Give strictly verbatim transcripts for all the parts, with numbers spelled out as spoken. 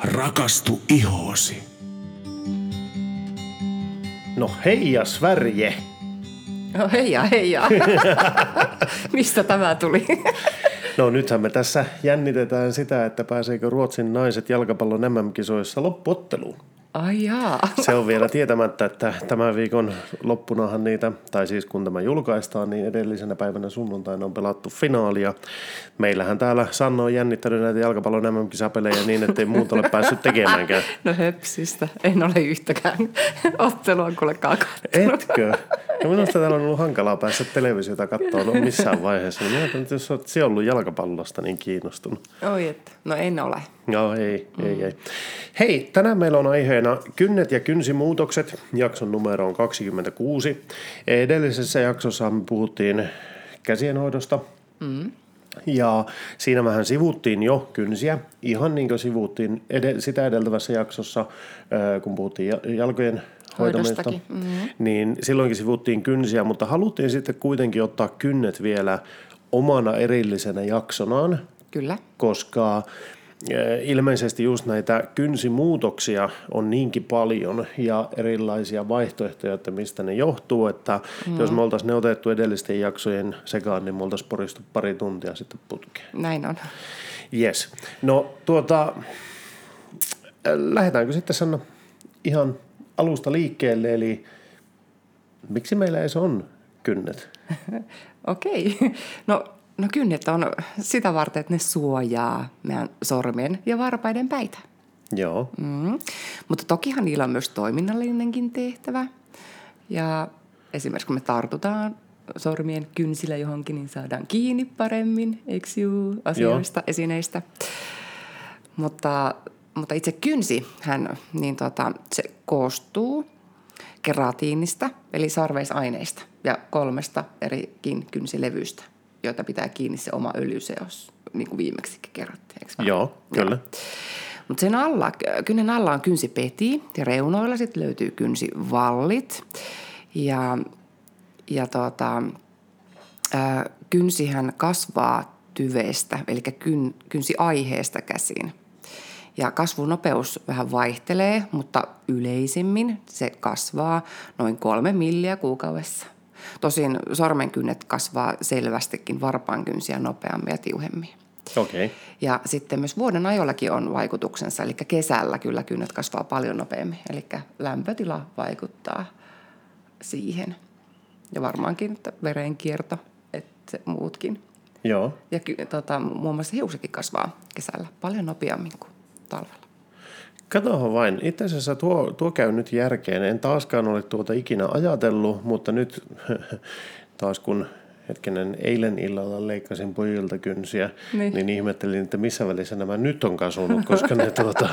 rakastu ihoosi. No heija Sverige. No heija, heija. Mistä tämä tuli? No nythän me tässä jännitetään sitä, että pääseekö Ruotsin naiset jalkapallon M M-kisoissa loppuotteluun. Ai jaa. Se on vielä tietämättä, että tämän viikon loppunahan niitä, tai siis kun tämä julkaistaan, niin edellisenä päivänä sunnuntaina on pelattu finaalia. Meillähän täällä Sanna on jännittänyt näitä jalkapallon M M-kisapelejä niin, ettei muuta ole päässyt tekemäänkään. No höpsistä. En ole yhtäkään ottelua kuulekaan kattonut. Etkö? No minusta täällä on ollut hankalaa päästä televisiota katsoa no missään vaiheessa. Minä ajattelin, että jos olet ollut jalkapallosta niin kiinnostunut. Oi että. No en ole. No ei, ei, mm. ei. Hei, tänään meillä on aiheena kynnet ja kynsimuutokset. Jakson numero on kaksikymmentäkuusi. Edellisessä jaksossa me puhuttiin käsienhoidosta. Mm. Ja siinä vähän sivuttiin jo kynsiä, ihan niin kuin sivuttiin ed- sitä edeltävässä jaksossa, kun puhuttiin jalkojen hoitamista, mm-hmm. niin silloinkin sivuttiin kynsiä, mutta haluttiin sitten kuitenkin ottaa kynnet vielä omana erillisenä jaksonaan. Kyllä. Koska ilmeisesti just näitä kynsimuutoksia on niinkin paljon ja erilaisia vaihtoehtoja, että mistä ne johtuu, että mm. jos me oltaisiin ne otettu edellisten jaksojen sekaan, niin me oltaisiin poristu pari tuntia sitten putkeen. Näin on. Yes. No tuota, lähdetäänkö sitten Sanna ihan alusta liikkeelle, eli miksi meillä edes on kynnet? Okei. Okay. No No kynnet on sitä varten, että ne suojaa meidän sormien ja varpaiden päitä. Joo. Mm. Mutta tokihan niillä on myös toiminnallinenkin tehtävä. Ja esimerkiksi kun me tartutaan sormien kynsillä johonkin, niin saadaan kiinni paremmin, eikö juu, asioista, Joo. esineistä. Mutta, mutta itse kynsi, hän, niin tota, se koostuu keratiinista, eli sarveisaineista, ja kolmesta erikin kynsilevystä, joita pitää kiinni se oma öljyseos, niin kuin viimeksikin kerrottiin. Joo, kyllä. Mutta sen alla, kynnen alla on kynsipeti ja reunoilla sitten löytyy kynsivallit. Ja, ja tota, ää, kynsihän kasvaa tyvestä, eli kyn, kynsiaiheesta käsin. Ja kasvunopeus vähän vaihtelee, mutta yleisimmin se kasvaa noin kolme milliä kuukaudessa. Tosin sormenkynnet kasvaa selvästikin varpaankynsiä nopeammin ja tiuhemmin. Okay. Ja sitten myös vuoden ajollakin on vaikutuksensa, eli kesällä kyllä kynnet kasvaa paljon nopeammin. Eli lämpötila vaikuttaa siihen. Ja varmaankin että verenkierto, että muutkin. Joo. Ja tota, muun muassa hiuksetkin kasvaa kesällä paljon nopeammin kuin talvella. Katohan vain. Itse asiassa tuo, tuo käy nyt järkeen. En taaskaan ole tuota ikinä ajatellut, mutta nyt taas kun hetkinen eilen illalla leikkasin pojilta kynsiä, niin, niin ihmettelin, että missä välissä nämä nyt on kasunut, koska ne tuota,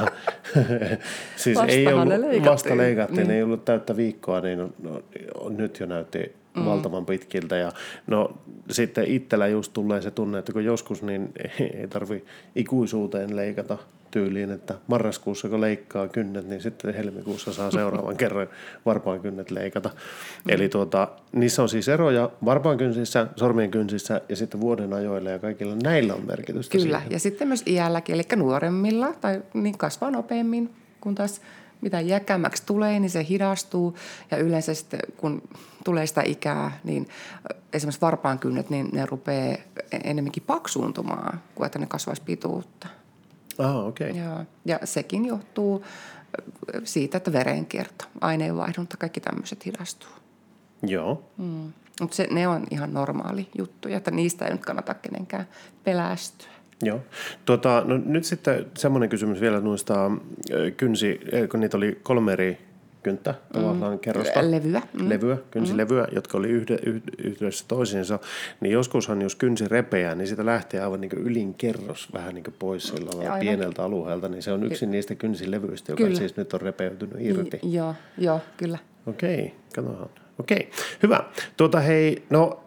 siis ei ollut, leikattiin. vasta leikattiin, niin. Ei ollut täyttä viikkoa, niin no, no, nyt jo näytti mm. valtavan pitkiltä. Ja no sitten itsellä just tulee se tunne, että kun joskus niin ei tarvi ikuisuuteen leikata tyyliin, että marraskuussa kun leikkaa kynnet, niin sitten helmikuussa saa seuraavan kerran varpaankynnet leikata. Mm. Eli tuota, niissä on siis eroja varpaankynsissä, sormien kynsissä ja sitten vuoden ajoilla ja kaikilla näillä on merkitystä. Kyllä, siihen. Ja sitten myös iälläkin, eli nuoremmilla tai niin kasvaa nopeammin, kun taas mitä iäkkäämmäksi tulee, niin se hidastuu ja yleensä sitten kun tulee sitä ikää, niin esimerkiksi varpaankynnet, niin ne rupeaa enemmänkin paksuuntumaan, kuin että ne kasvaisi pituutta. Ah, okei. Okay. Ja, ja sekin johtuu siitä, että verenkierto, aineenvaihdunta, kaikki tämmöiset hidastuu. Joo. Mm. Mutta ne on ihan normaali juttu, että niistä ei nyt kannata kenenkään pelästyä. Joo. Tuota, no nyt sitten semmoinen kysymys vielä noista kynsi, kun niitä oli kolme eri kynttä, tavallaan mm. kerrosta. Levyä. Mm. Levyä, kynsilevyä, mm. jotka oli yhde, yhdessä toisiinsa. Niin joskushan, jos kynsi repeää, niin sitä lähtee aivan niin kuin ylin kerros vähän niin kuin pois sillä pieneltä alueelta. Niin se on yksi niistä kynsilevyistä, joka kyllä. siis nyt on repeytynyt irti. I, joo, joo, kyllä. Okei, katsotaan. Okei, hyvä. Tuota hei, no,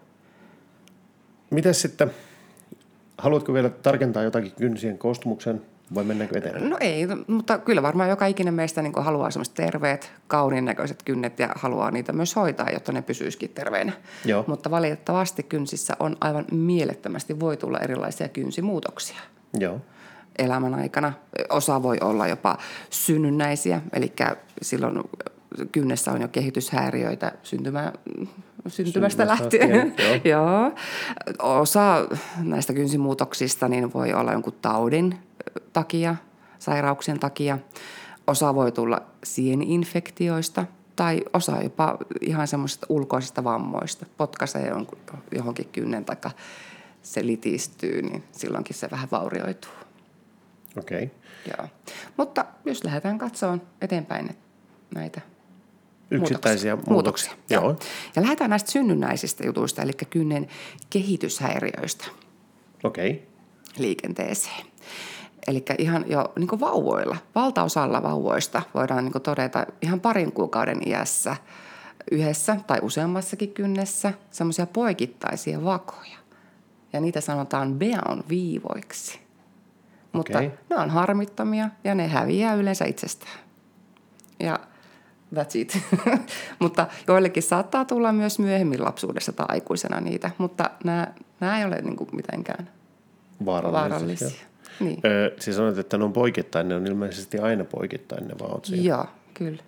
mites sitten, haluatko vielä tarkentaa jotakin kynsien koostumuksen vai mennäänkö eteenpäin? No ei, mutta kyllä varmaan joka ikinen meistä niin haluaa sellaiset terveet, kauniin näköiset kynnet ja haluaa niitä myös hoitaa, jotta ne pysyisikin terveinä. Joo. Mutta valitettavasti kynsissä on aivan mielettömästi voi tulla erilaisia kynsimuutoksia. Joo. elämän aikana. Osa voi olla jopa synnynnäisiä, eli silloin kynnessä on jo kehityshäiriöitä syntymä, syntymästä lähtien. lähtien joo. Joo. Osa näistä kynsimuutoksista niin voi olla jonkun taudin takia, sairauksien takia. Osa voi tulla sieninfektioista tai osa jopa ihan semmoisista ulkoisista vammoista. Potkaisee johonkin kynnen tai se litistyy, niin silloinkin se vähän vaurioituu. Okei. Okay. Joo. Mutta jos lähdetään katsomaan eteenpäin näitä yksittäisiä muutoksia. muutoksia. Joo. Joo. Ja lähdetään näistä synnynnäisistä jutuista, eli kynnen kehityshäiriöistä. Okei. Okay. Liikenteeseen. Eli ihan jo niin kuin vauvoilla, valtaosalla vauvoista voidaan niin kuin todeta ihan parin kuukauden iässä yhdessä tai useammassakin kynnessä semmoisia poikittaisia vakoja. Ja niitä sanotaan Bean viivoiksi. Mutta okay. ne on harmittomia ja ne häviää yleensä itsestään. Ja that's it. Mutta joillekin saattaa tulla myös myöhemmin lapsuudessa tai aikuisena niitä, mutta nämä, nämä ei ole niin kuin mitenkään vaarallisia. vaarallisia. Niin. Öö, siis sanoit, että ne on poikittain, ne on ilmeisesti aina poikittain ne vaot siellä. Joo, kyllä.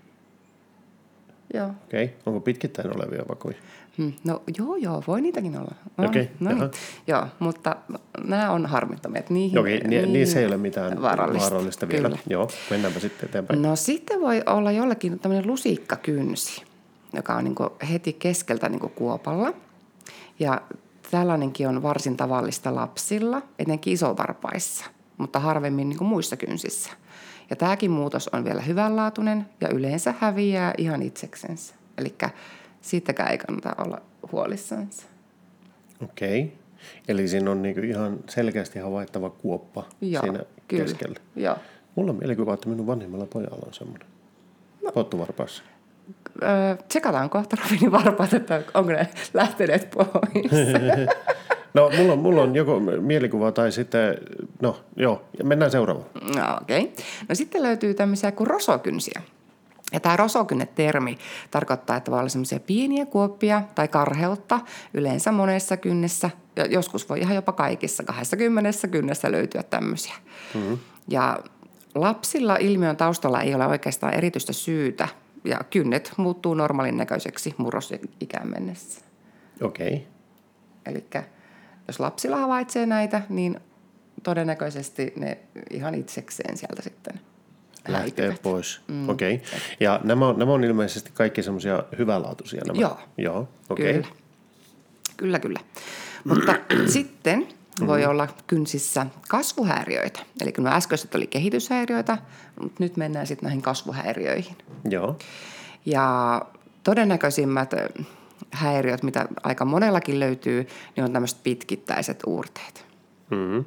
Joo. Okei, okay. Onko pitkittäin olevia vakoja? Hmm. No joo, joo, voi niitäkin olla. No, Okei, okay. no niin. Joo, mutta nämä on harmittomia. Niihin, Okei, okay. niihin niin se ei ole mitään vaarallista, vaarallista vielä. Kyllä. Joo, mennäänpä sitten eteenpäin. No sitten voi olla jollekin tämmöinen lusikkakynsi, joka on niin kuin heti keskeltä niin kuin kuopalla. Ja tällainenkin on varsin tavallista lapsilla, etenkin isovarpaissa, mutta harvemmin niin kuin muissa kynsissä. Ja tämäkin muutos on vielä hyvänlaatuinen ja yleensä häviää ihan itseksensä. Eli siitäkään ei kannata olla huolissansa. Okei. Okay. Eli siinä on niinku ihan selkeästi havaittava kuoppa Joo, siinä kyllä. keskellä. Joo. Mulla on mielikuva, että minun vanhimmalla pojalla on semmoinen. No. Pottuvarpaassa. Öö, tsekataan kohta Robinin varpaat, että onko ne lähteneet pois. No, mulla on, mulla on joko mielikuva tai sitten, no joo, mennään seuraavaan. No okei. Okay. No sitten löytyy tämmöisiä kuin rosokynsiä. Ja tämä rosokynnet-termi tarkoittaa, että voi olla semmoisia pieniä kuoppia tai karheutta yleensä monessa kynnessä. Ja joskus voi ihan jopa kaikissa, kahdessakymmenessä kynnessä löytyä tämmöisiä. Mm-hmm. Ja lapsilla ilmiön taustalla ei ole oikeastaan erityistä syytä. Ja kynnet muuttuu normaalin näköiseksi murrosikään mennessä. Okei. Okay. Elikkä jos lapsilla havaitsee näitä, niin todennäköisesti ne ihan itsekseen sieltä sitten lähtee häipyvät. pois. Mm. Okei. Okay. Ja nämä on, nämä on ilmeisesti kaikki semmoisia hyvänlaatuisia nämä? Joo. Joo, okei. Okay. Kyllä. Kyllä, kyllä. Mutta sitten voi olla kynsissä kasvuhäiriöitä. Eli kun äskeiset oli kehityshäiriöitä, mutta nyt mennään sitten näihin kasvuhäiriöihin. Joo. Ja todennäköisimmät häiriöt, mitä aika monellakin löytyy, niin on tämmöiset pitkittäiset uurteet. Mm-hmm.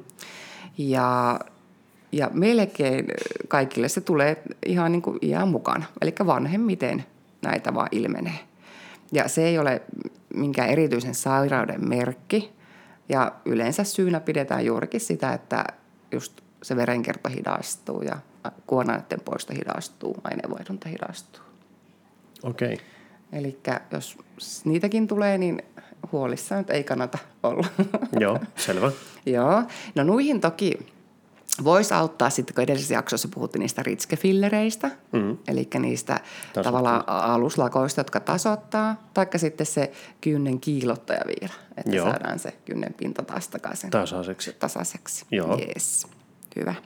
Ja, ja melkein kaikille se tulee ihan niin kuin iän mukana, eli vanhemmiten näitä vaan ilmenee. Ja se ei ole minkään erityisen sairauden merkki, ja yleensä syynä pidetään juurikin sitä, että just se verenkierto hidastuu ja kuonaineiden poisto hidastuu, aineenvaihdunta hidastuu. Okei. Okay. Eli jos niitäkin tulee, niin huolissaan nyt ei kannata olla. Joo, selvä. Joo. No nuihin toki voisi auttaa sitten, kun edellisessä jaksossa puhuttiin niistä ritskefillereistä, mm. eli niistä Tasottaa. tavallaan aluslakoista, jotka tasoittaa, taikka sitten se kynnen kiilottaja vielä, että Joo. saadaan se kynnen pinta taas takaisin tasaiseksi. tasaiseksi. Joo. Yes. Hyvä.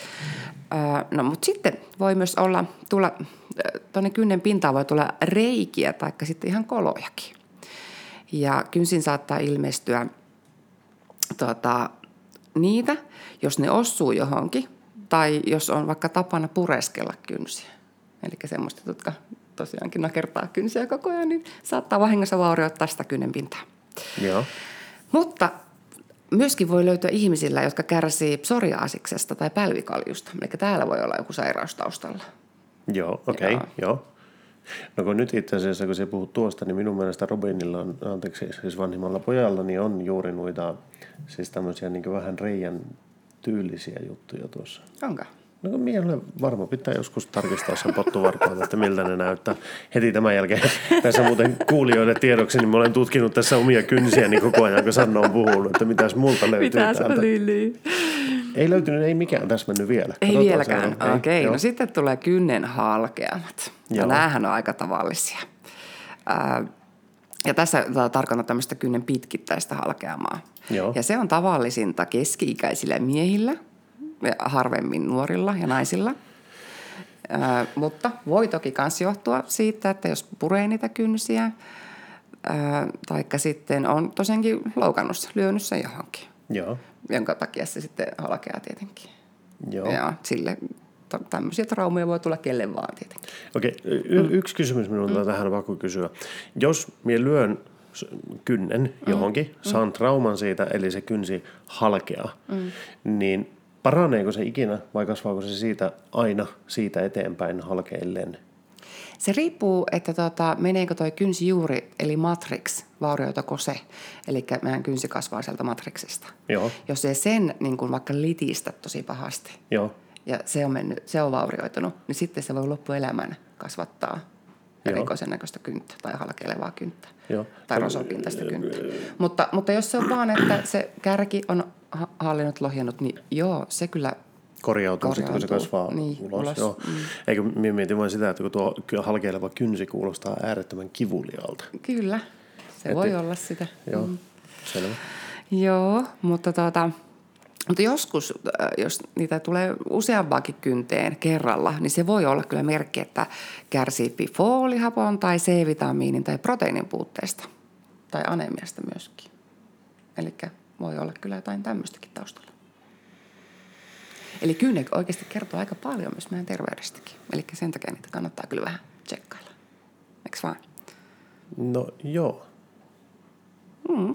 No mutta sitten voi myös olla, tulla, tuonne kynnen pintaan voi tulla reikiä tai sitten ihan kolojakin. Ja kynsin saattaa ilmestyä tuota, niitä, jos ne osuu johonkin tai jos on vaikka tapana pureskella kynsiä. Eli semmoista, jotka tosiaankin nakertaa kynsiä koko ajan, niin saattaa vahingossa vaurioittaa sitä kynnen pintaa. Joo. Mutta myöskin voi löytyä ihmisillä, jotka kärsii psoriaasiksesta tai pälvikaljusta. Eli täällä voi olla joku sairaus taustalla. Joo, okei, okay, joo. No kun nyt itse asiassa, kun sä puhut tuosta, niin minun mielestä Robinilla on, anteeksi, siis vanhimmalla pojalla, niin on juuri noita, siis tämmöisiä niin vähän reijän tyylisiä juttuja tuossa. Onko? No kun minä olen varma, pitää joskus tarkistaa sen pottuvarpaan, että miltä ne näyttää. Heti tämän jälkeen tässä muuten kuulijoille tiedoksi, niin mä olen tutkinut tässä omia kynsiä niin koko ajan, kun Sanna on puhunut, että mitäs multa löytyy mitäs täältä. Mitäs Ei löytynyt, ei mikään täsmännyt vielä. Ei Katsotaan vieläkään, seuraava. okei. Ei, No sitten tulee kynnen halkeamat. Ja Joo. näähän on aika tavallisia. Ää, ja tässä tarkoitan tämmöistä kynnen pitkittäistä halkeamaa. Joo. Ja se on tavallisinta keski-ikäisillä miehillä, ja harvemmin nuorilla ja naisilla. Ää, mutta voi toki myös johtua siitä, että jos puree niitä kynsiä, ää, taikka sitten on tosiaankin loukannut, lyönyt sen johonkin, Joo. jonka takia se sitten halkeaa tietenkin. Joo. Ja sille tämmöisiä traumoja voi tulla kelle vaan tietenkin. Okei, y- yksi kysymys minun on tähän pakko kysyä. Jos minä lyön s- kynnen johonkin, mm. saan trauman siitä, eli se kynsi halkeaa, mm. niin paraneeko se ikinä vai kasvaako se siitä aina siitä eteenpäin halkeilleen? Se riippuu, että tota, meneekö toi kynsijuuri, eli matrix, vaurioitako se. Eli meidän kynsi kasvaa sieltä matriksesta. Joo. Jos ei sen niin kun vaikka litistä tosi pahasti Joo. ja se on, mennyt, se on vaurioitunut, niin sitten se voi loppuelämän kasvattaa erikoisen näköistä kynttä tai halkeilevaa kynttä. Joo. Tai rosopintaista kynttä. Mutta, mutta jos se on vaan, että se kärki on ha- hallinnut, lohjennut, niin joo, se kyllä Korjautuu, sitten, kun se kasvaa niin, ulos. ulos. Joo. Mm. Eikö minä mietin vain sitä, että kun tuo halkeileva kynsi kuulostaa äärettömän kivulialta. Kyllä, se Et, voi olla sitä. Joo, Mm. selvä. Joo, mutta, tuota, mutta joskus, jos niitä tulee useampaakin kynteen kerralla, niin se voi olla kyllä merkki, että kärsii foolihapon tai C-vitamiinin tai proteiinin puutteesta tai anemiasta myöskin. Eli voi olla kyllä jotain tämmöistäkin taustalla. Eli kynne oikeasti kertoo aika paljon myös meidän terveydestäkin. Eli sen takia niitä kannattaa kyllä vähän tsekkailla. Eikö vaan? No joo. Mm.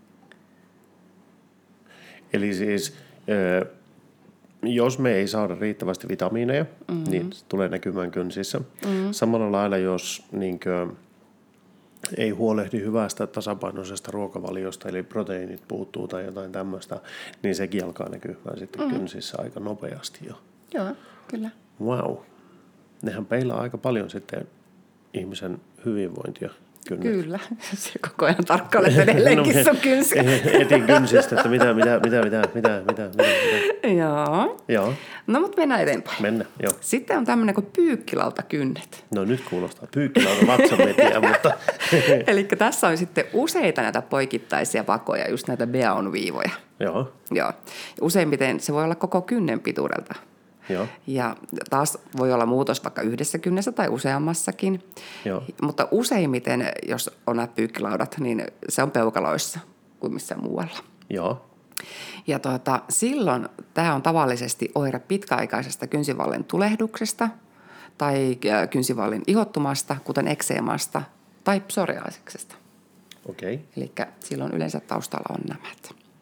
Eli siis, jos me ei saada riittävästi vitamiineja, mm-hmm. niin se tulee näkymään kynsissä. Mm-hmm. Samalla lailla, jos niinkö, ei huolehdi hyvästä tasapainoisesta ruokavaliosta, eli proteiinit puuttuu tai jotain tämmöistä, niin sekin alkaa näkymään sitten mm-hmm. kynsissä aika nopeasti jo. Joo, kyllä. Wow. Nehän peilaa aika paljon sitten ihmisen hyvinvointia. Kynnet. Kyllä, se koko ajan tarkkailet edelleenkin no, sun kynsiä. Etin kynsistä, että mitä, mitä, mitä, mitä, mitä, mitä, mitä. Joo. Joo. No, mutta mennään eteenpäin. Mennä, joo. Sitten on tämmöinen kuin pyykkilautakynnet. No nyt kuulostaa pyykkilauta vatsametiä, mutta... Eli tässä on sitten useita näitä poikittaisia vakoja, just näitä Beaun-viivoja. Joo. Joo. Useimmiten se voi olla koko kynnen pituudelta. Joo. Ja taas voi olla muutos vaikka yhdessä kynnessä tai useammassakin. Joo. Mutta useimmiten, jos on nämä pyykkilaudat, niin se on peukaloissa kuin missään muualla. Joo. Ja tuota, silloin tämä on tavallisesti oire pitkäaikaisesta kynsivallen tulehduksesta tai kynsivallin ihottumasta, kuten ekseemasta tai psoriaasiksesta. Okei. Okay. Eli silloin yleensä taustalla on nämä.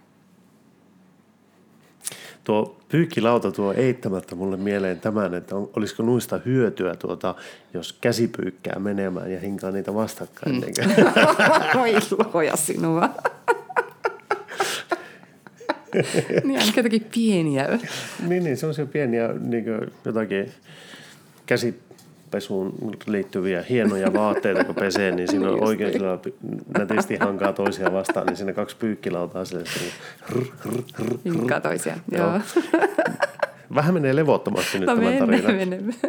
Tuo pyykkilauta tuo eittämättä mulle mieleen tämän, että on, olisiko nuista hyötyä, tuota, jos käsi pyykkää menemään ja hinkaa niitä vastakkain. Mm. Oi luoja sinua. Niin ainakin jotakin pieniä. niin, niin, sellaisia pieniä niin jotakin käsipesuun liittyviä hienoja vaatteita, kun pesee, niin siinä on oikein sillä nätisti hankaa toisia vastaan, niin siinä kaksi pyykkilautaa sille. Hinkaa toisia, joo. joo. Vähän menee levottomasti nyt no tämän mene, tarinan. Mene, mene.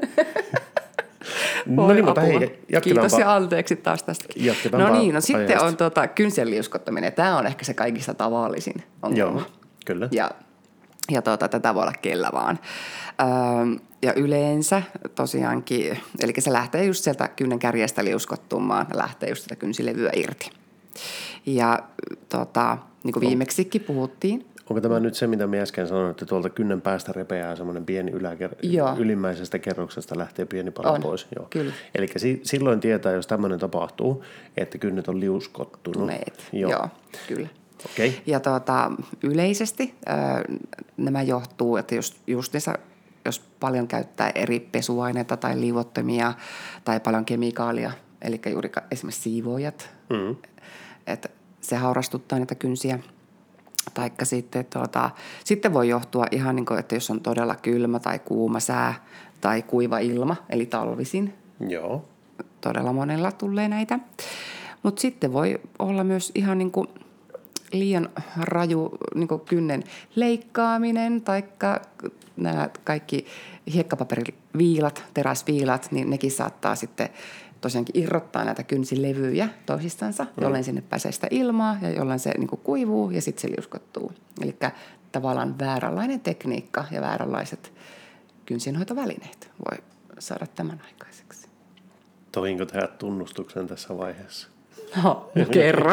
No niin, mutta hei, Kiitos ja anteeksi taas tästäkin. No niin, no sitten aiheesta. on tuota, kynsien liuskottaminen. Tämä on ehkä se kaikista tavallisin ongelma. Joo, kyllä. Ja, ja tuota, tätä voi olla kellä vaan. Öö, ja yleensä tosiaankin, eli se lähtee just sieltä kynnen kärjestä liuskottumaan ja lähtee just sitä kynsilevyä irti. Ja tota, niin kuin viimeksikin puhuttiin. Onko tämä nyt se, mitä minä äsken sanoin, että tuolta kynnen päästä repeää semmoinen pieni yläker- ylimmäisestä kerroksesta lähtee pieni pala on, pois? Joo. Kyllä. Eli si- silloin tietää, jos tämmöinen tapahtuu, että kynnet on liuskottunut. Tuneet. Joo. Joo, kyllä. Okay. Ja tuota, yleisesti äh, nämä johtuu, että jos, just niissä, jos paljon käyttää eri pesuaineita tai liuottomia tai paljon kemikaalia, eli juuri esimerkiksi siivoojat, mm-hmm. että se haurastuttaa niitä kynsiä. Taikka sitten, tuota, sitten voi johtua ihan niin kuin, että jos on todella kylmä tai kuuma sää tai kuiva ilma, eli talvisin. Joo. Todella monella tulee näitä. Mutta sitten voi olla myös ihan niin kuin liian raju niin kuin kynnen leikkaaminen tai nämä kaikki hiekkapaperiviilat, teräsviilat, niin nekin saattaa sitten tosiaankin irrottaa näitä kynsilevyjä toisistansa, mm. jolloin sinne pääsee sitä ilmaa ja jolloin se niin kuin kuivuu ja sitten se liuskottuu. Eli tavallaan vääränlainen tekniikka ja vääränlaiset kynsinhoitovälineet voi saada tämän aikaiseksi. Tohinko tehdä tunnustuksen tässä vaiheessa? No, kerro.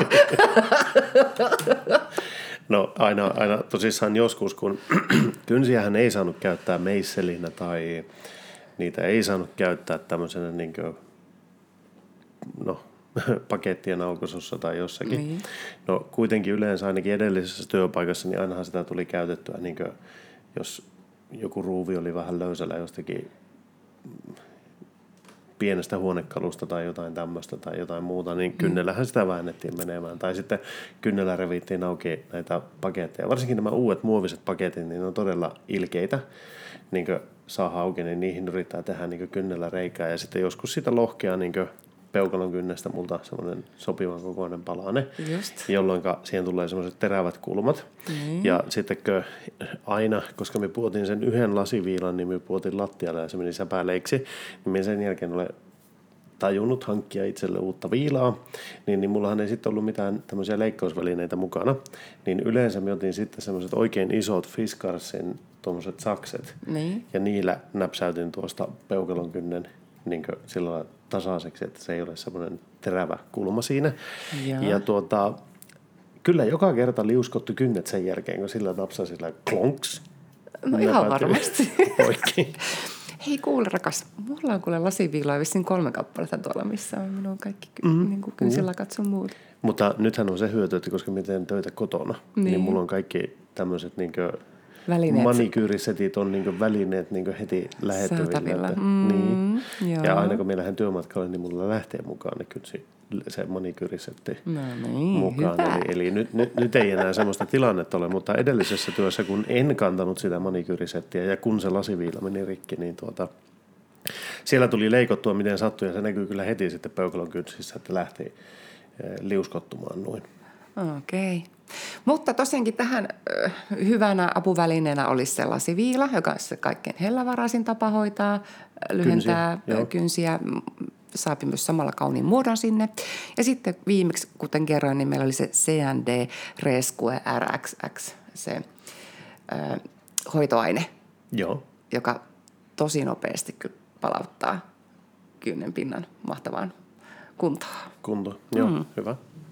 No aina, aina tosissaan joskus, kun kynsiähän ei saanut käyttää meisselinä tai niitä ei saanut käyttää tämmöisenä niin kuin, no, pakettien aukaisussa tai jossakin. Niin. No kuitenkin yleensä ainakin edellisessä työpaikassa, niin ainahan sitä tuli käytettyä, niin kuin, jos joku ruuvi oli vähän löysällä jostakin pienestä huonekalusta tai jotain tämmöistä tai jotain muuta, niin kynnellähän sitä väännettiin menemään. Tai sitten kynnellä revittiin auki näitä paketteja. Varsinkin nämä uudet muoviset paketit, niin ne on todella ilkeitä. Niin kuin saa auki, niin niihin yrittää tehdä niin kuin kynnellä reikää. Ja sitten joskus siitä lohkeaa niin kuin peukalon kynnestä multa semmoinen sopivan kokoinen palane, just, jolloin siihen tulee semmoiset terävät kulmat. Mm. Ja sittenkö aina, koska me puotin sen yhden lasiviilan, niin me puotin lattialle ja se meni säpäleiksi, niin me sen jälkeen olen tajunnut hankkia itselle uutta viilaa, niin, niin mullahan ei sitten ollut mitään tämmöisiä leikkausvälineitä mukana, niin yleensä me otin sitten semmoiset oikein isot Fiskarsin tuommoiset sakset, niin, ja niillä näpsäytin tuosta peukalon kynnen niin sillä lailla tasaiseksi, että se ei ole semmoinen terävä kulma siinä. Ja, ja tuota, kyllä joka kerta liuskotti kynnet sen jälkeen, kun sillä napsaa sillä klonks. No ihan varmasti. Hei kuule rakas, mulla on kuule lasiviilaa vissiin kolme kappaletta tuolla, missä on minun kaikki mm, niin kynsilakat sun muut. Mutta nythän on se hyöty, että koska mä teen töitä kotona, niin, niin mulla on kaikki tämmöiset niinkö manikyyrisetit on niin välineet niin heti lähettävillä. Mm, niin. Ja aina kun me lähden työmatkalle, niin mulla lähtee mukaan ne kynsi, se manikyyrisetti no niin, mukaan. hyvä. Eli, eli nyt, nyt, nyt ei enää semmoista tilannetta ole, mutta edellisessä työssä, kun en kantanut sitä manikyyrisettiä ja kun se lasiviila meni rikki, niin tuota, siellä tuli leikottua miten sattui ja se näkyy kyllä heti sitten peukalon kynsissä, että lähti liuskottumaan noin. Okei. Okay. Mutta tosiaankin tähän ö, hyvänä apuvälineenä olisi se lasiviila, joka on se kaikkein hellävaraisin tapa hoitaa, lyhentää kynsiä, kynsiä saapi myös samalla kauniin muodon sinne. Ja sitten viimeksi, kuten kerroin, niin meillä oli se C N D Rescue R X X, se ö, hoitoaine, joo, joka tosi nopeasti kyllä palauttaa kynnen pinnan mahtavaan kuntoon. Kunto, joo, mm. hyvä.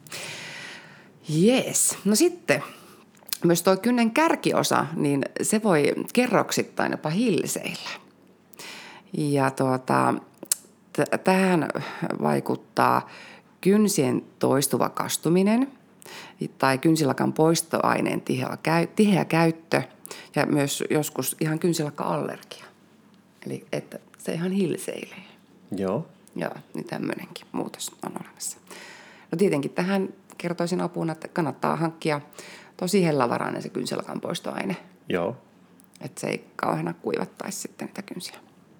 Jees. No sitten myös tuo kynnen kärkiosa, niin se voi kerroksittain jopa hilseillä. Ja tuota, t- tähän vaikuttaa kynsien toistuva kastuminen tai kynsilakan poistoaineen tiheä, käy- tiheä käyttö ja myös joskus ihan kynsilakka-allergia. Eli että se ihan hilseilee. Joo. Joo, niin tämmöinenkin muutos on olemassa. No tietenkin tähän kertoisin apuna, että kannattaa hankkia tosi hellävarainen se kynsilakan poistoaine. Joo. Että se ei kauheena kuivattaisi sitten niitä kynsiä.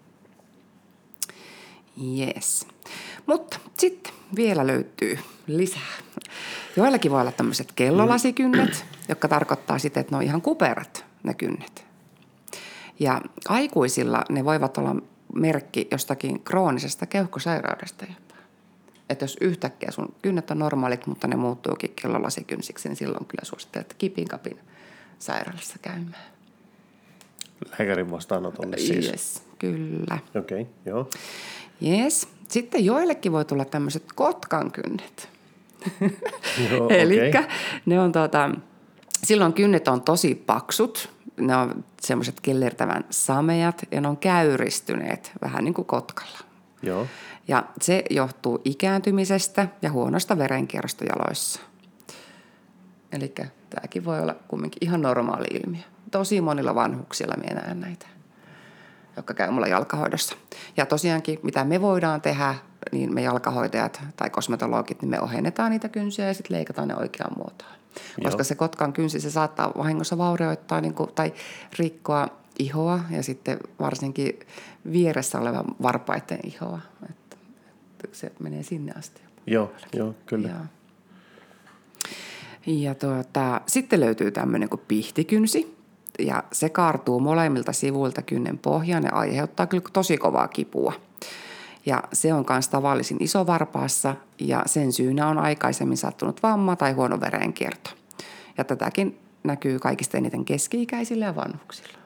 Yes. Mutta sitten vielä löytyy lisää. Joillakin voi olla tämmöiset kellolasikynnet, jotka tarkoittaa sitten, että ne on ihan kuperat ne kynnet. Ja aikuisilla ne voivat olla merkki jostakin kroonisesta keuhkosairaudesta jopa. Että jos yhtäkkiä sun kynnet on normaalit, mutta ne muuttuukin kellolasikynsiksi, niin silloin kyllä suosittelet kipin kapin sairaalassa käymään. Lääkärin vastaanotolle siis? Yes, kyllä. Okei, okay, joo. Yes. Sitten joillekin voi tulla tämmöiset kotkankynnet. Joo, Elikkä okay. ne on tuota, silloin kynnet on tosi paksut, ne on semmoiset kellertävän sameat ja ne on käyristyneet vähän niin kuin kotkalla. Joo. Ja se johtuu ikääntymisestä ja huonosta verenkierrosta jaloissa. Eli tämäkin voi olla kumminkin ihan normaali ilmiö. Tosi monilla vanhuksilla minä näen näitä, jotka käy mulla jalkahoidossa. Ja tosiaankin, mitä me voidaan tehdä, niin me jalkahoitajat tai kosmetologit, niin me ohennetaan niitä kynsiä ja sitten leikataan ne oikeaan muotoon. Koska se kotkan kynsi, se saattaa vahingossa vaurioittaa niin kuin, tai rikkoa ihoa ja sitten varsinkin vieressä olevan varpaiden ihoa. Että, että se menee sinne asti. Joo, joo, kyllä. Ja. Ja tuota, sitten löytyy tämmöinen kuin pihtikynsi. Ja se kaartuu molemmilta sivuilta kynnen pohjaan ja aiheuttaa kyllä tosi kovaa kipua. Ja se on myös tavallisin isovarpaassa ja sen syynä on aikaisemmin sattunut vamma tai huono verenkierto. Ja tätäkin näkyy kaikista eniten keski-ikäisillä ja vanhuksilla.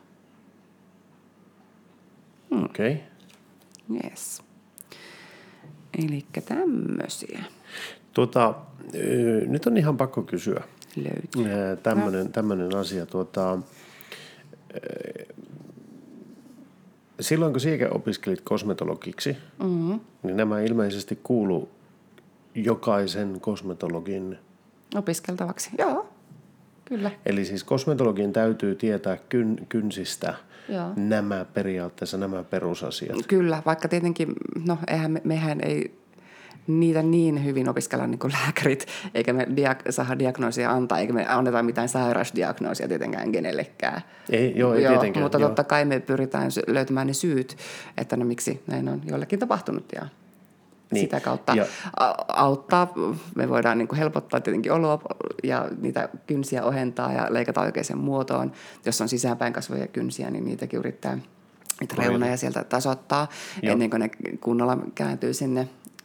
Hmm. Okei. Okay. Yes. Elikkä tämmöisiä. Tuota, nyt on ihan pakko kysyä. Löytyy. Tämmöinen, tämmöinen asia. Tuota, silloin kun sinä opiskelit kosmetologiksi, mm-hmm. niin nämä ilmeisesti kuuluu jokaisen kosmetologin opiskeltavaksi. Joo, kyllä. Eli siis kosmetologin täytyy tietää kyn, kynsistä Joo. nämä periaatteessa nämä perusasiat. Kyllä, vaikka tietenkin, no eihän me, mehän ei niitä niin hyvin opiskella niin kuin lääkärit, eikä me diag- saada diagnoosia antaa, eikä me anneta mitään sairausdiagnoosia tietenkään kenellekään. Ei, joo, ei joo, tietenkään. Mutta joo. totta kai me pyritään löytämään ne syyt, että no miksi näin on jollekin tapahtunut ja niin. sitä kautta ja auttaa. Me voidaan niin kuin helpottaa tietenkin oloa ja niitä kynsiä ohentaa ja leikata oikeaan muotoon. Jos on sisäänpäin kasvavia kynsiä, niin niitäkin yrittää niitä reunoja sieltä tasoittaa Joo. ennen kuin ne kunnolla kääntyy sinne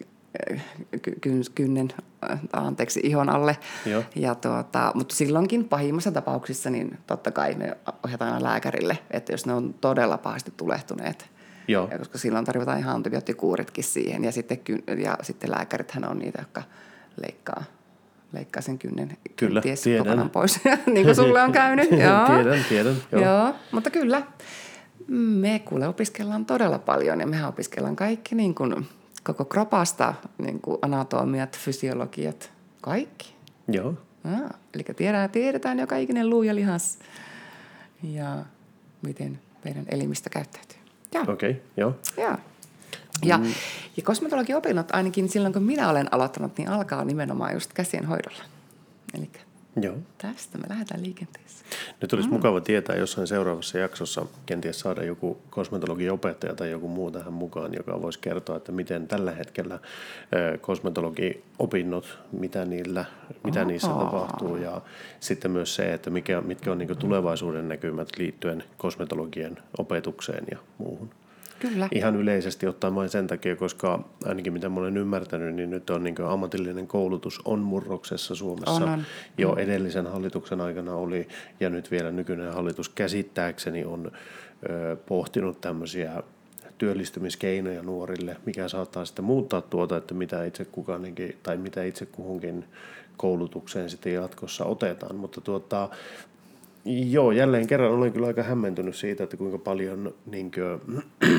kynnen, anteeksi, ihon alle. Ja tuota, mutta silloinkin pahimmassa tapauksissa niin totta kai me ohjataan aina lääkärille, että jos ne on todella pahasti tulehtuneet. Joo. Ja koska silloin tarvitaan ihan antibioottikuuritkin siihen. Ja sitten, ja sitten lääkärithän on niitä, jotka leikkaa, leikkaa sen kynnen kyllä, kokonaan pois, niin kuin sulle on käynyt. Joo. tiedän, tiedän. Joo. Joo, mutta kyllä, me kuule opiskellaan todella paljon ja mehän opiskellaan kaikki niin kuin koko kropasta, niin kuin anatomiat, fysiologiat, kaikki. Joo. Ja, eli tiedetään, tiedetään joka ikinen luu ja lihas ja miten meidän elimistö käyttäytyy. Okei, okay, joo. Ja, ja, mm. ja kosmetologiopinnot ainakin silloin, kun minä olen aloittanut, niin alkaa nimenomaan just käsien hoidolla. Eli joo. tästä me lähdetään liikenteeseen. Nyt olisi mm. mukava tietää jossain seuraavassa jaksossa kenties saada joku kosmetologiopettaja tai joku muu tähän mukaan, joka voisi kertoa, että miten tällä hetkellä kosmetologiopinnot, mitä, niillä, mitä niissä tapahtuu ja sitten myös se, että mikä, mitkä on niin tulevaisuuden näkymät liittyen kosmetologien opetukseen ja muuhun. Kyllä. Ihan yleisesti ottaen vain sen takia, koska ainakin mitä mä olen ymmärtänyt, niin nyt on niin kuin ammatillinen koulutus on murroksessa Suomessa. On, on. Jo edellisen hallituksen aikana oli, ja nyt vielä nykyinen hallitus käsittääkseni on ö, pohtinut tämmöisiä työllistymiskeinoja nuorille, mikä saattaa sitten muuttaa tuota, että mitä itse kukaankin, tai mitä itse kuhunkin koulutukseen sitten jatkossa otetaan. Mutta tuota, joo, jälleen kerran olen kyllä aika hämmentynyt siitä, että kuinka paljon niin kuin,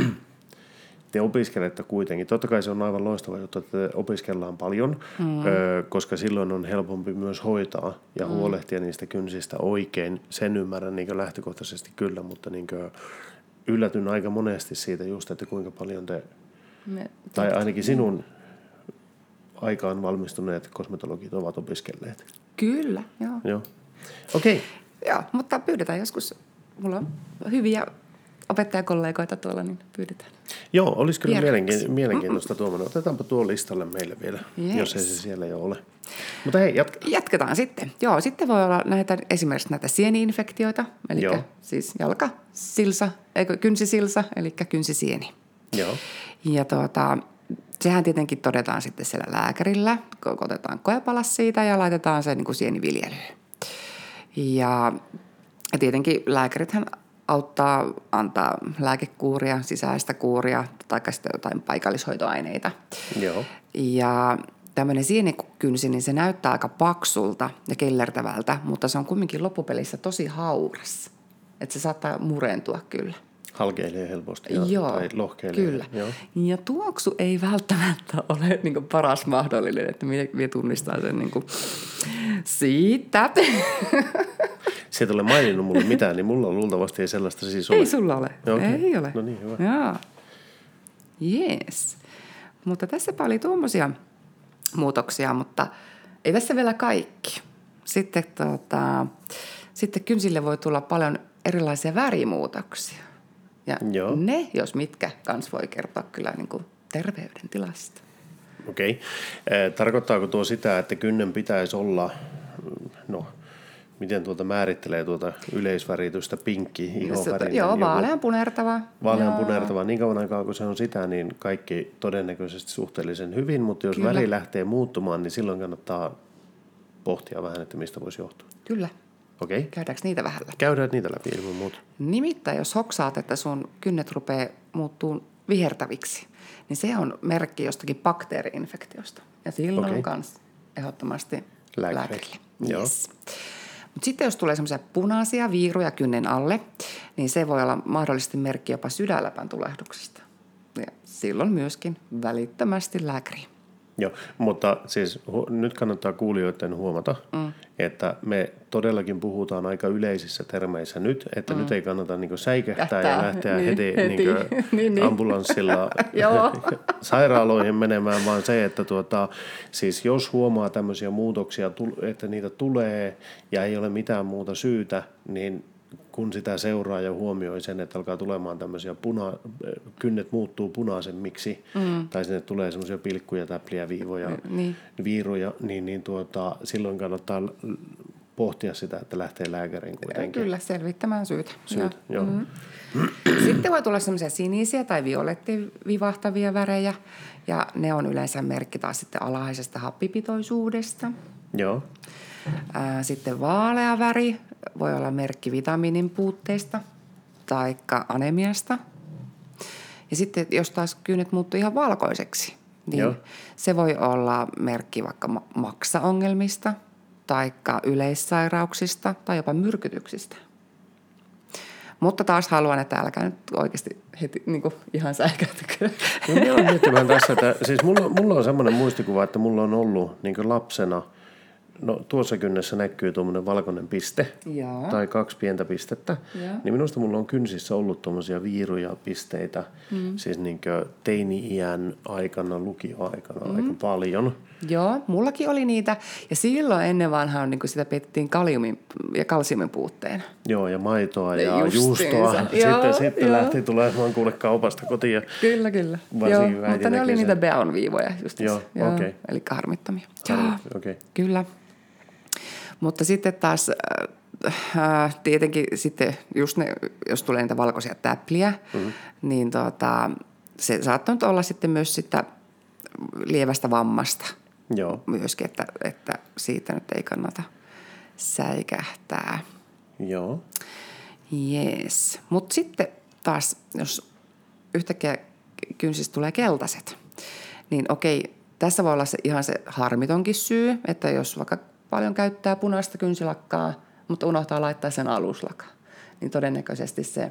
te opiskelette kuitenkin. Totta kai se on aivan loistava juttu, että te opiskellaan paljon, mm. ö, koska silloin on helpompi myös hoitaa ja mm. huolehtia niistä kynsistä oikein. Sen ymmärrän niin kuin lähtökohtaisesti kyllä, mutta niin kuin yllätyn aika monesti siitä just, että kuinka paljon te, Me, tai ainakin sinun aikaan valmistuneet kosmetologit ovat opiskelleet. Kyllä, joo. Joo. Okei. Okay. Joo, mutta pyydetään joskus. Mulla on hyviä opettajakollegoita tuolla, niin pyydetään. Joo, olisi kyllä mielenkiin, mielenkiintoista tuommoinen. Otetaanpa tuo listalle meille vielä, yes. jos ei se siellä jo ole. Mutta hei, jatketaan. Jatketaan sitten. Joo, sitten voi olla näitä, esimerkiksi näitä sieni-infektioita, eli Joo. siis jalkasilsa, eikö kynsisilsa, eli kynsisieni. Joo. Ja tuota, sehän tietenkin todetaan sitten siellä lääkärillä, kun otetaan koepalas siitä ja laitetaan se niin kuin sieniviljelyyn. Ja tietenkin lääkärithän auttaa, antaa lääkekuuria, sisäistä kuuria tai sitten jotain paikallishoitoaineita. Joo. Ja tämmöinen sienikynsi, niin se näyttää aika paksulta ja kellertävältä, mutta se on kumminkin loppupelissä tosi hauras. Että se saattaa murentua kyllä. Halkeilee helposti ja, Joo, tai lohkeilee. Kyllä. Joo. Ja tuoksu ei välttämättä ole niin kuin paras mahdollinen, että minä tunnistan sen niin kuin siitä. Sieltä ole maininnut mulle mitään, niin mulla on luultavasti ei sellaista siis ole. Ei sulla ole. Okay. Ei ole. No niin, hyvä. Joo. Jees. Mutta tässäpä oli tuommoisia muutoksia, mutta ei tässä vielä kaikki. Sitten, tota, sitten kynsille voi tulla paljon erilaisia värimuutoksia. Ja Joo. ne, jos mitkä, kans voi kertoa kyllä niin kuin terveydentilasta. Okei. Okay. Tarkoittaako tuo sitä, että kynnen pitäisi olla no, miten tuota määrittelee tuota yleisväritystä, pinkki, ihonvärinen. Joo, vaalean punertava. Vaalean punertava. Niin kauan aikaa, kun se on sitä, niin kaikki todennäköisesti suhteellisen hyvin, mutta jos Kyllä. väri lähtee muuttumaan, niin silloin kannattaa pohtia vähän, että mistä voisi johtua. Kyllä. Okei. Okay. Käydäänkö niitä vähän läpi? Käydään niitä läpi ilman muuta. Nimittäin, jos hoksaat, että sun kynnet rupeaa muuttuu vihertäviksi, niin se on merkki jostakin bakteeri-infektiosta. Ja silloin okay. on myös ehdottomasti lääkärille. Yes. Mutta sitten jos tulee semmoisia punaisia viiruja kynnen alle, niin se voi olla mahdollisesti merkki jopa sydänläpän tulehduksesta. Ja silloin myöskin välittömästi lääkäriin. Joo, mutta siis hu- nyt kannattaa kuulijoiden huomata, mm. että me todellakin puhutaan aika yleisissä termeissä nyt, että mm. nyt ei kannata niinku säikähtää Jähtää. ja lähteä niin, heti, heti. Niinku niin, niin. ambulanssilla sairaaloihin menemään, vaan se, että tuota, siis jos huomaa tämmöisiä muutoksia, että niitä tulee ja ei ole mitään muuta syytä, niin kun sitä seuraa ja huomioi sen, että alkaa tulemaan tämmöisiä puna, kynnet muuttuu punaisemmiksi, mm. tai sinne tulee semmoisia pilkkuja, täpliä, viivoja, niin. viiroja, niin, niin tuota, silloin kannattaa pohtia sitä, että lähtee lääkäriin kuitenkin. Kyllä, selvittämään syytä. Syytä, joo. joo. Mm-hmm. Sitten voi tulla semmoisia sinisiä tai violettivivahtavia värejä, ja ne on yleensä merkki taas sitten alhaisesta happipitoisuudesta. Joo. Sitten vaalea väri voi olla merkki vitamiinin puutteesta tai anemiasta. Ja sitten jos taas kynnet muuttuu ihan valkoiseksi, niin Joo. se voi olla merkki vaikka maksaongelmista tai yleissairauksista tai jopa myrkytyksistä. Mutta taas haluan, että älkää nyt oikeasti heti niin kuin ihan säikähtykö. No, minä olen miettimään tässä, että siis mulla, mulla on semmoinen muistikuva, että mulla on ollut niin kuin lapsena, no tuossa kynnessä näkyy tuommoinen valkoinen piste Jaa. tai kaksi pientä pistettä, Jaa. niin minusta mulla on kynsissä ollut tuommoisia viiruja pisteitä, mm. siis niin kuin teini-iän aikana, lukioaikana mm. aika paljon. Joo, mullakin oli niitä ja silloin ennen vanhaan niin sitä pidettiin kaliumin ja kalsiumin puutteena. Joo, ja maitoa ja juustoa. Sitten, joo, sitten joo. lähti tulemaan kuule kaupasta kotiin. Kyllä, kyllä. Joo, mutta ne oli niitä Beon-viivoja just Joo, joo okei. Okay. Eli harmittomia. Okei. Okay. Kyllä. Mutta sitten taas äh, tietenkin sitten just ne, jos tulee niitä valkoisia täpliä, mm-hmm. niin tota, se saattaa olla sitten myös sitä lievästä vammasta. Joo. Myöskin, että, että siitä nyt ei kannata säikähtää. Joo. Jees. Mutta sitten taas, jos yhtäkkiä kynsistä tulee keltaiset, niin okei, tässä voi olla se ihan se harmitonkin syy, että jos vaikka paljon käyttää punaista kynsilakkaa, mutta unohtaa laittaa sen aluslakan, niin todennäköisesti se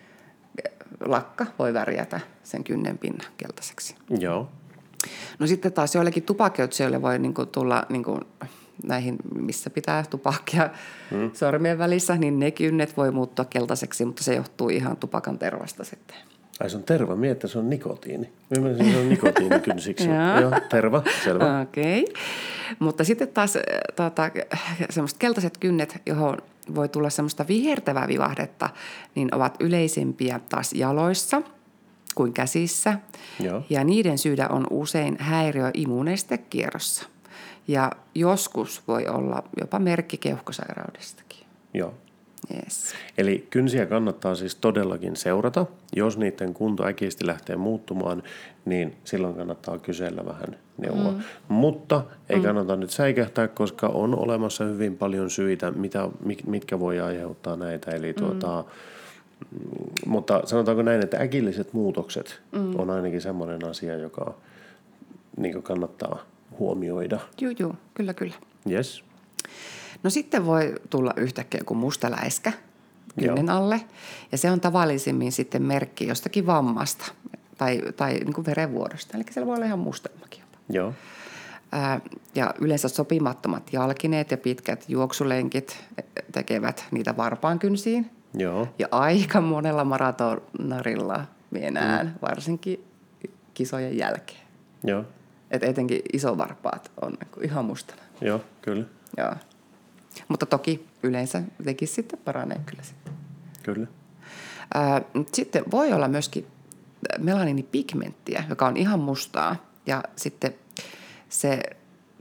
lakka voi värjätä sen kynnen pinnan keltaiseksi. Joo. No sitten taas joillekin tupakoitsijoille voi niinku tulla niinku näihin, missä pitää tupakkia hmm. sormien välissä, niin ne kynnet voi muuttua keltaiseksi, mutta se johtuu ihan tupakan tervasta sitten. Ai se on terva, miettä se on nikotiini. Mielestäni se on nikotiinikynsiksi. Joo, terva, selvä. Okei. Okay. Mutta sitten taas tuota, semmoiset keltaiset kynnet, johon voi tulla semmoista vihertävää vivahdetta, niin ovat yleisempiä taas jaloissa kuin käsissä. Joo. Ja niiden syydä on usein häiriö immuunestekierrossa. Ja joskus voi olla jopa merkki keuhkosairaudestakin. Joo. Yes. Eli kynsiä kannattaa siis todellakin seurata. Jos niiden kunto äkisti lähtee muuttumaan, niin silloin kannattaa kysellä vähän neuvoa. Mm. Mutta ei mm. kannata nyt säikähtää, koska on olemassa hyvin paljon syitä, mitä, mitkä voi aiheuttaa näitä. Eli tuota, mm. Mutta sanotaanko näin, että äkilliset muutokset mm. on ainakin semmoinen asia, joka niin kannattaa huomioida. Juu, juu, kyllä, kyllä. Yes. No sitten voi tulla yhtäkkiä joku musta läiskä kynnen alle, ja se on tavallisimmin sitten merkki jostakin vammasta tai, tai niin kuin verenvuodosta. Eli siellä voi olla ihan mustelmakin jopa. Joo. Ää, ja yleensä sopimattomat jalkineet ja pitkät juoksulenkit tekevät niitä varpaankynsiin. Joo. Ja aika monella maratonarilla mennään, mm. varsinkin kisojen jälkeen. Joo. Et etenkin isovarpaat on ihan mustana. Joo, kyllä. Joo. Mutta toki yleensä tekisi sitten paranee kyllä sitten. Kyllä. Ää, sitten voi olla myöskin melaniinipigmenttiä, joka on ihan mustaa. Ja sitten se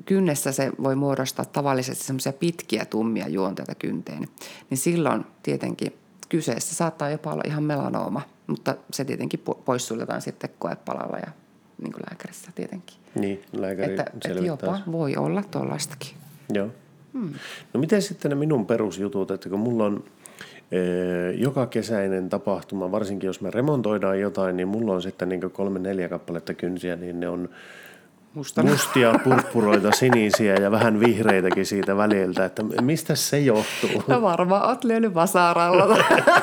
kynnessä se voi muodostaa tavallisesti semmoisia pitkiä tummia juonteita kynteen, niin silloin tietenkin kyseessä saattaa jopa olla ihan melanooma, mutta se tietenkin poissuljetaan sitten koepalalla ja niin kuin lääkärissä tietenkin. Niin, lääkäri että, selvittää. Että jopa voi olla tuollaistakin. Joo. Hmm. No miten sitten ne minun perusjutut, että kun mulla on ee, joka kesäinen tapahtuma, varsinkin jos me remontoidaan jotain, niin mulla on sitten niin kolme neljä kappaletta kynsiä, niin ne on Mustana. mustia, purppuroita, sinisiä ja vähän vihreitäkin siitä väliltä, että mistä se johtuu? No varmaan oot lyönyt vasaralla.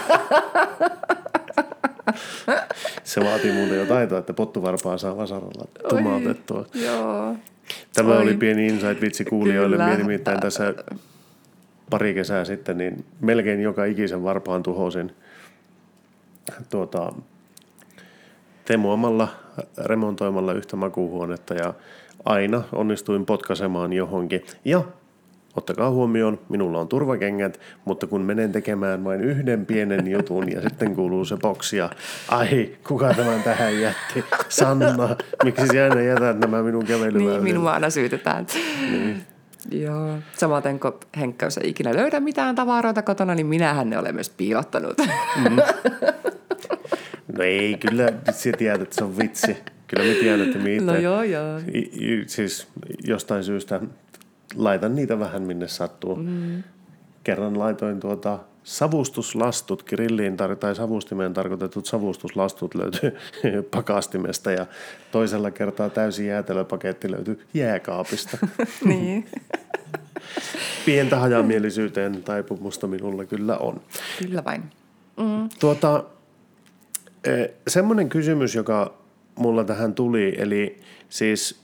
Se vaatii muuten jo taitoa, että pottuvarpaa saa vasaralla tumautettua. Joo. Tämä Oi. oli pieni insight-vitsi kuulijoille. Minä nimittäin tässä pari kesää sitten, niin melkein joka ikisen varpaan tuhosin tuota, temuamalla, remontoimalla yhtä makuuhuonetta ja aina onnistuin potkaisemaan johonkin. Ja ottakaa huomioon, minulla on turvakengät, mutta kun menen tekemään vain yhden pienen jutun ja sitten kuuluu se boksi ja ai, kuka tämän tähän jätti? Sanna, miksi sinä aina jätät nämä minun kävelyväyliin? Niin, minua aina syytetään. Niin. Joo, samaten kun Henkka, jos ei ikinä löydä mitään tavaroita kotona, niin minähän ne olen myös piilottanut. Mm. No ei, kyllä sinä tiedät, että se on vitsi. Kyllä me tiedätte mitä. No joo, joo. I, siis jostain syystä laitan niitä vähän minne sattuu. Mm. Kerran laitoin tuota savustuslastut, grilliin tar- tai savustimeen tarkoitetut savustuslastut löytyi pakastimesta ja toisella kertaa täysin jäätelöpaketti löytyi jääkaapista. Niin. Pientä hajamielisyyteen taipumusta minulla kyllä on. Kyllä vain. Mm. Tuota, semmoinen kysymys, joka mulla tähän tuli, eli siis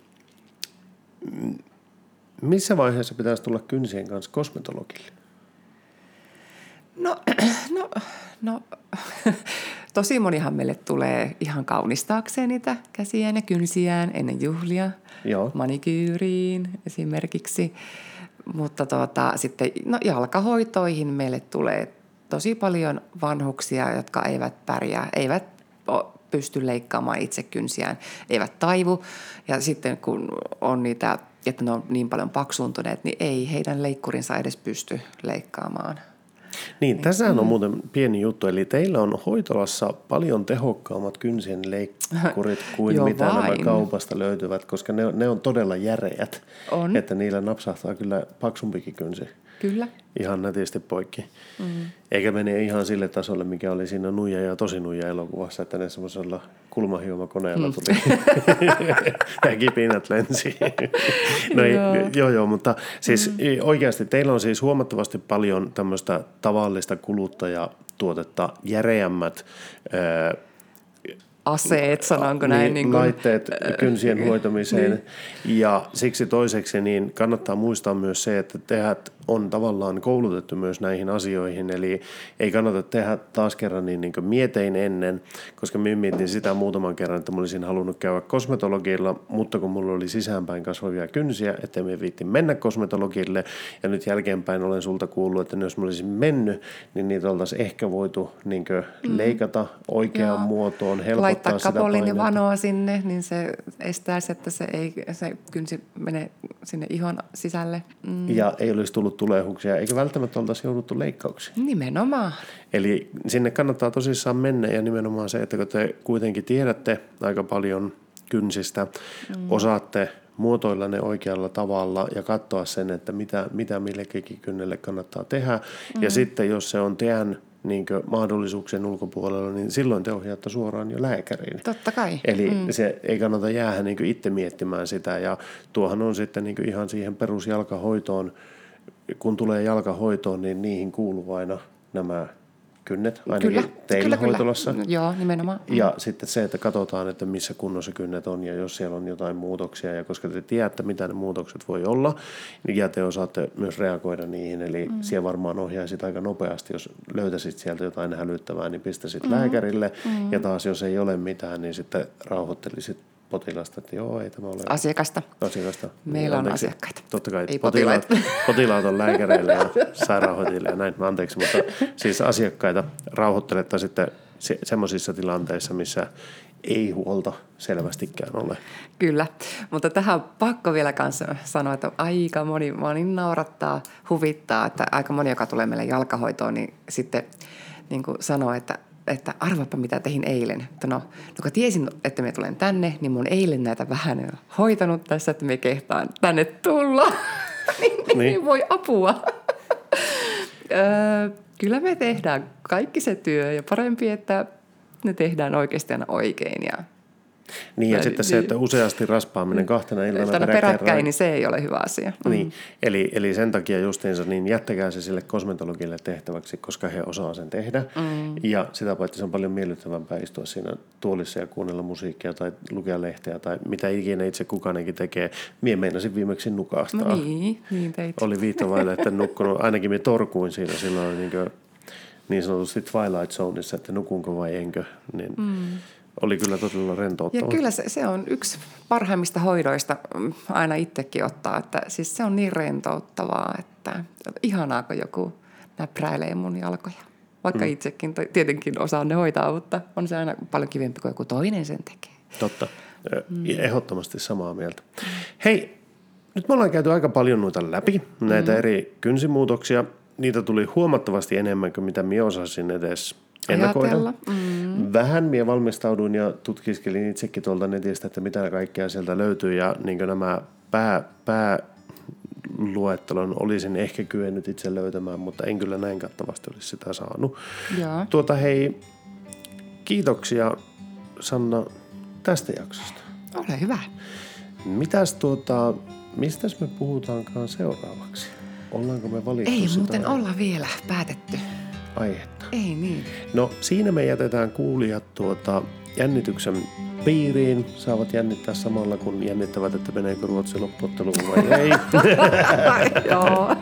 missä vaiheessa pitäisi tulla kynsien kanssa kosmetologille? No, no, no tosi monihan meille tulee ihan kaunistaakseen niitä käsiään ja kynsiään ennen juhlia. Joo. Manikyyriin esimerkiksi. Mutta tuota, sitten no, jalkahoitoihin meille tulee tosi paljon vanhuksia, jotka eivät pärjää, eivät pysty leikkaamaan itse kynsiään, eivät taivu. Ja sitten kun on niitä, että ne on niin paljon paksuuntuneet, niin ei heidän leikkurinsa edes pysty leikkaamaan. Niin, tässähän on muuten pieni juttu, eli teillä on hoitolassa paljon tehokkaammat kynsien leikkurit kuin mitä vain. Nämä kaupasta löytyvät, koska ne, ne on todella järeät, on. Että niillä napsahtaa kyllä paksumpikin kynsi. Kyllä. Ihan nätisti poikki. Mm. Eikä mene ihan sille tasolle, mikä oli siinä Nuija ja Tosi Nuija elokuvassa, että ne semmoisella kulmahiomakoneella mm. tuli ja kipinät lensi. No ei, joo. joo, joo, mutta siis mm. oikeasti teillä on siis huomattavasti paljon tämmöistä tavallista kuluttajatuotetta järeämmät ää, aseet, sanonko näin? Niin, niin kuin, laitteet kynsien hoitamiseen. Niin. Ja siksi toiseksi niin kannattaa muistaa myös se, että tehät on tavallaan koulutettu myös näihin asioihin. Eli ei kannata tehdä taas kerran niin, niin kuin mietein ennen, koska minä mietin sitä muutaman kerran, että mä olisin halunnut käydä kosmetologilla, mutta kun mulla oli sisäänpäin kasvavia kynsiä, että me viittin mennä kosmetologille. Ja nyt jälkeenpäin olen sulta kuullut, että jos mä olisin mennyt, niin niitä oltaisiin ehkä voitu niin kuin mm. leikata oikeaan Joo. muotoon, helpottaa laittaa sitä kapolin painetta. ja vanoa sinne, niin se estäisi, että se, ei, se kynsi mene sinne ihon sisälle. Mm. Ja ei olisi tullut tulehuksia, eikä välttämättä oltaisi jouduttu leikkauksiin. Nimenomaan. Eli sinne kannattaa tosissaan mennä ja nimenomaan se, että kun te kuitenkin tiedätte aika paljon kynsistä, mm. osaatte muotoilla ne oikealla tavalla ja katsoa sen, että mitä, mitä millekin kynnelle kannattaa tehdä. Mm. Ja sitten jos se on teidän niin mahdollisuuksien ulkopuolella, niin silloin te ohjaatte suoraan jo lääkäriin. Totta kai. Eli mm. se ei kannata jäädä niin itse miettimään sitä. Ja tuohan on sitten niin ihan siihen perusjalkahoitoon, kun tulee jalkahoitoon, niin niihin kuuluu aina nämä kynnet, ainakin kyllä, teillä kyllä, hoitolassa. Kyllä. Joo, nimenomaan. Ja mm. sitten se, että katsotaan, että missä kunnossa kynnet on ja jos siellä on jotain muutoksia. Ja koska te tiedätte, mitä ne muutokset voi olla, niin ja te osaatte myös reagoida niihin. Eli mm. siellä varmaan ohjaisit aika nopeasti, jos löytäisit sieltä jotain hälyttävää, niin pistäisit mm. lääkärille. Mm. Ja taas, jos ei ole mitään, niin sitten rauhoittelisit potilasta, että joo, ei tämä ole... Asiakasta. Asiakasta. Meillä on Anteeksi. asiakkaita. Totta kai ei potilaat, potilaita. potilaat on lääkäreille ja sairaanhoitajille ja näin, anteeksi, mutta siis asiakkaita rauhoitteletta sitten se, semmoisissa tilanteissa, missä ei huolta selvästikään ole. Kyllä, mutta tähän on pakko vielä kanssa sanoa, että aika moni, moni naurattaa, huvittaa, että aika moni, joka tulee meille jalkahoitoon, niin sitten niin kuin sanoo, että, että arvapa mitä tein eilen. Että no, no kun tiesin, että me tulen tänne, niin mun eilen näitä vähän hoitanut tässä, että me kehtaan tänne tulla. niin, niin. niin voi apua. öö, kyllä me tehdään kaikki se työ ja parempi, että ne tehdään oikeasti aina oikein. Ja niin ja niin, sitten se, että useasti raspaaminen kahtena iltana peräkkäin, peräkkäin, niin se ei ole hyvä asia. Niin, mm. eli, eli sen takia justiinsa niin jättäkää se sille kosmetologille tehtäväksi, koska he osaa sen tehdä. Mm. Ja sitä paitsi se on paljon miellyttävämpää istua siinä tuolissa ja kuunnella musiikkia tai lukea lehteä tai mitä ikinä itse kukaanenkin tekee. Mie meinasin viimeksi nukahtaa. No niin, niin teit. Oli viittovaille, että nukkunut. Ainakin minä torkuin siinä silloin niin, kuin, niin sanotusti Twilight Zoneissa, että nukunko vai enkö. Niin mm. Oli kyllä todella rentouttava. Ja kyllä se, se on yksi parhaimmista hoidoista aina itsekin ottaa, että siis se on niin rentouttavaa, että ihanaa, kun joku näpräilee mun jalkoja. Vaikka mm. itsekin tietenkin osaan ne hoitaa, mutta on se aina paljon kivempi, kuin joku toinen sen tekee. Totta. Mm. Ehdottomasti samaa mieltä. Hei, nyt me ollaan käyty aika paljon noita läpi, näitä mm. eri kynsimuutoksia. Niitä tuli huomattavasti enemmän kuin mitä minä osasin edes ennakoida. Mm. Vähän minä valmistauduin ja tutkiskelin itsekin tuolta netistä, että mitä kaikkea sieltä löytyy. Ja niin nämä pää, pääluettelon olisin ehkä kyennyt itse löytämään, mutta en kyllä näin kattavasti olisi sitä saanut. Jaa. Tuota hei, kiitoksia Sanna tästä jaksosta. Ole hyvä. Mitäs tuota, mistäs me puhutaankaan seuraavaksi? Ollaanko me valittu Ei sitä muuten olla vielä päätetty aihetta? Ei niin. No siinä me jätetään kuulijat tuota jännityksen piiriin. Saavat jännittää samalla, kun jännittävät, että meneekö Ruotsi loppuotteluun vai ei. Joo.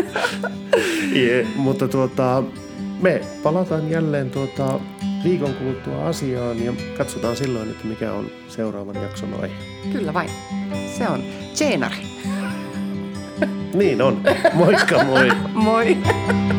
yeah, mutta tuota, me palataan jälleen tuota viikon kuluttua asiaan ja katsotaan silloin, että mikä on seuraavan jakson aihe. Kyllä vain. Se on tjeenari. Niin on. Moikka moi. Moi.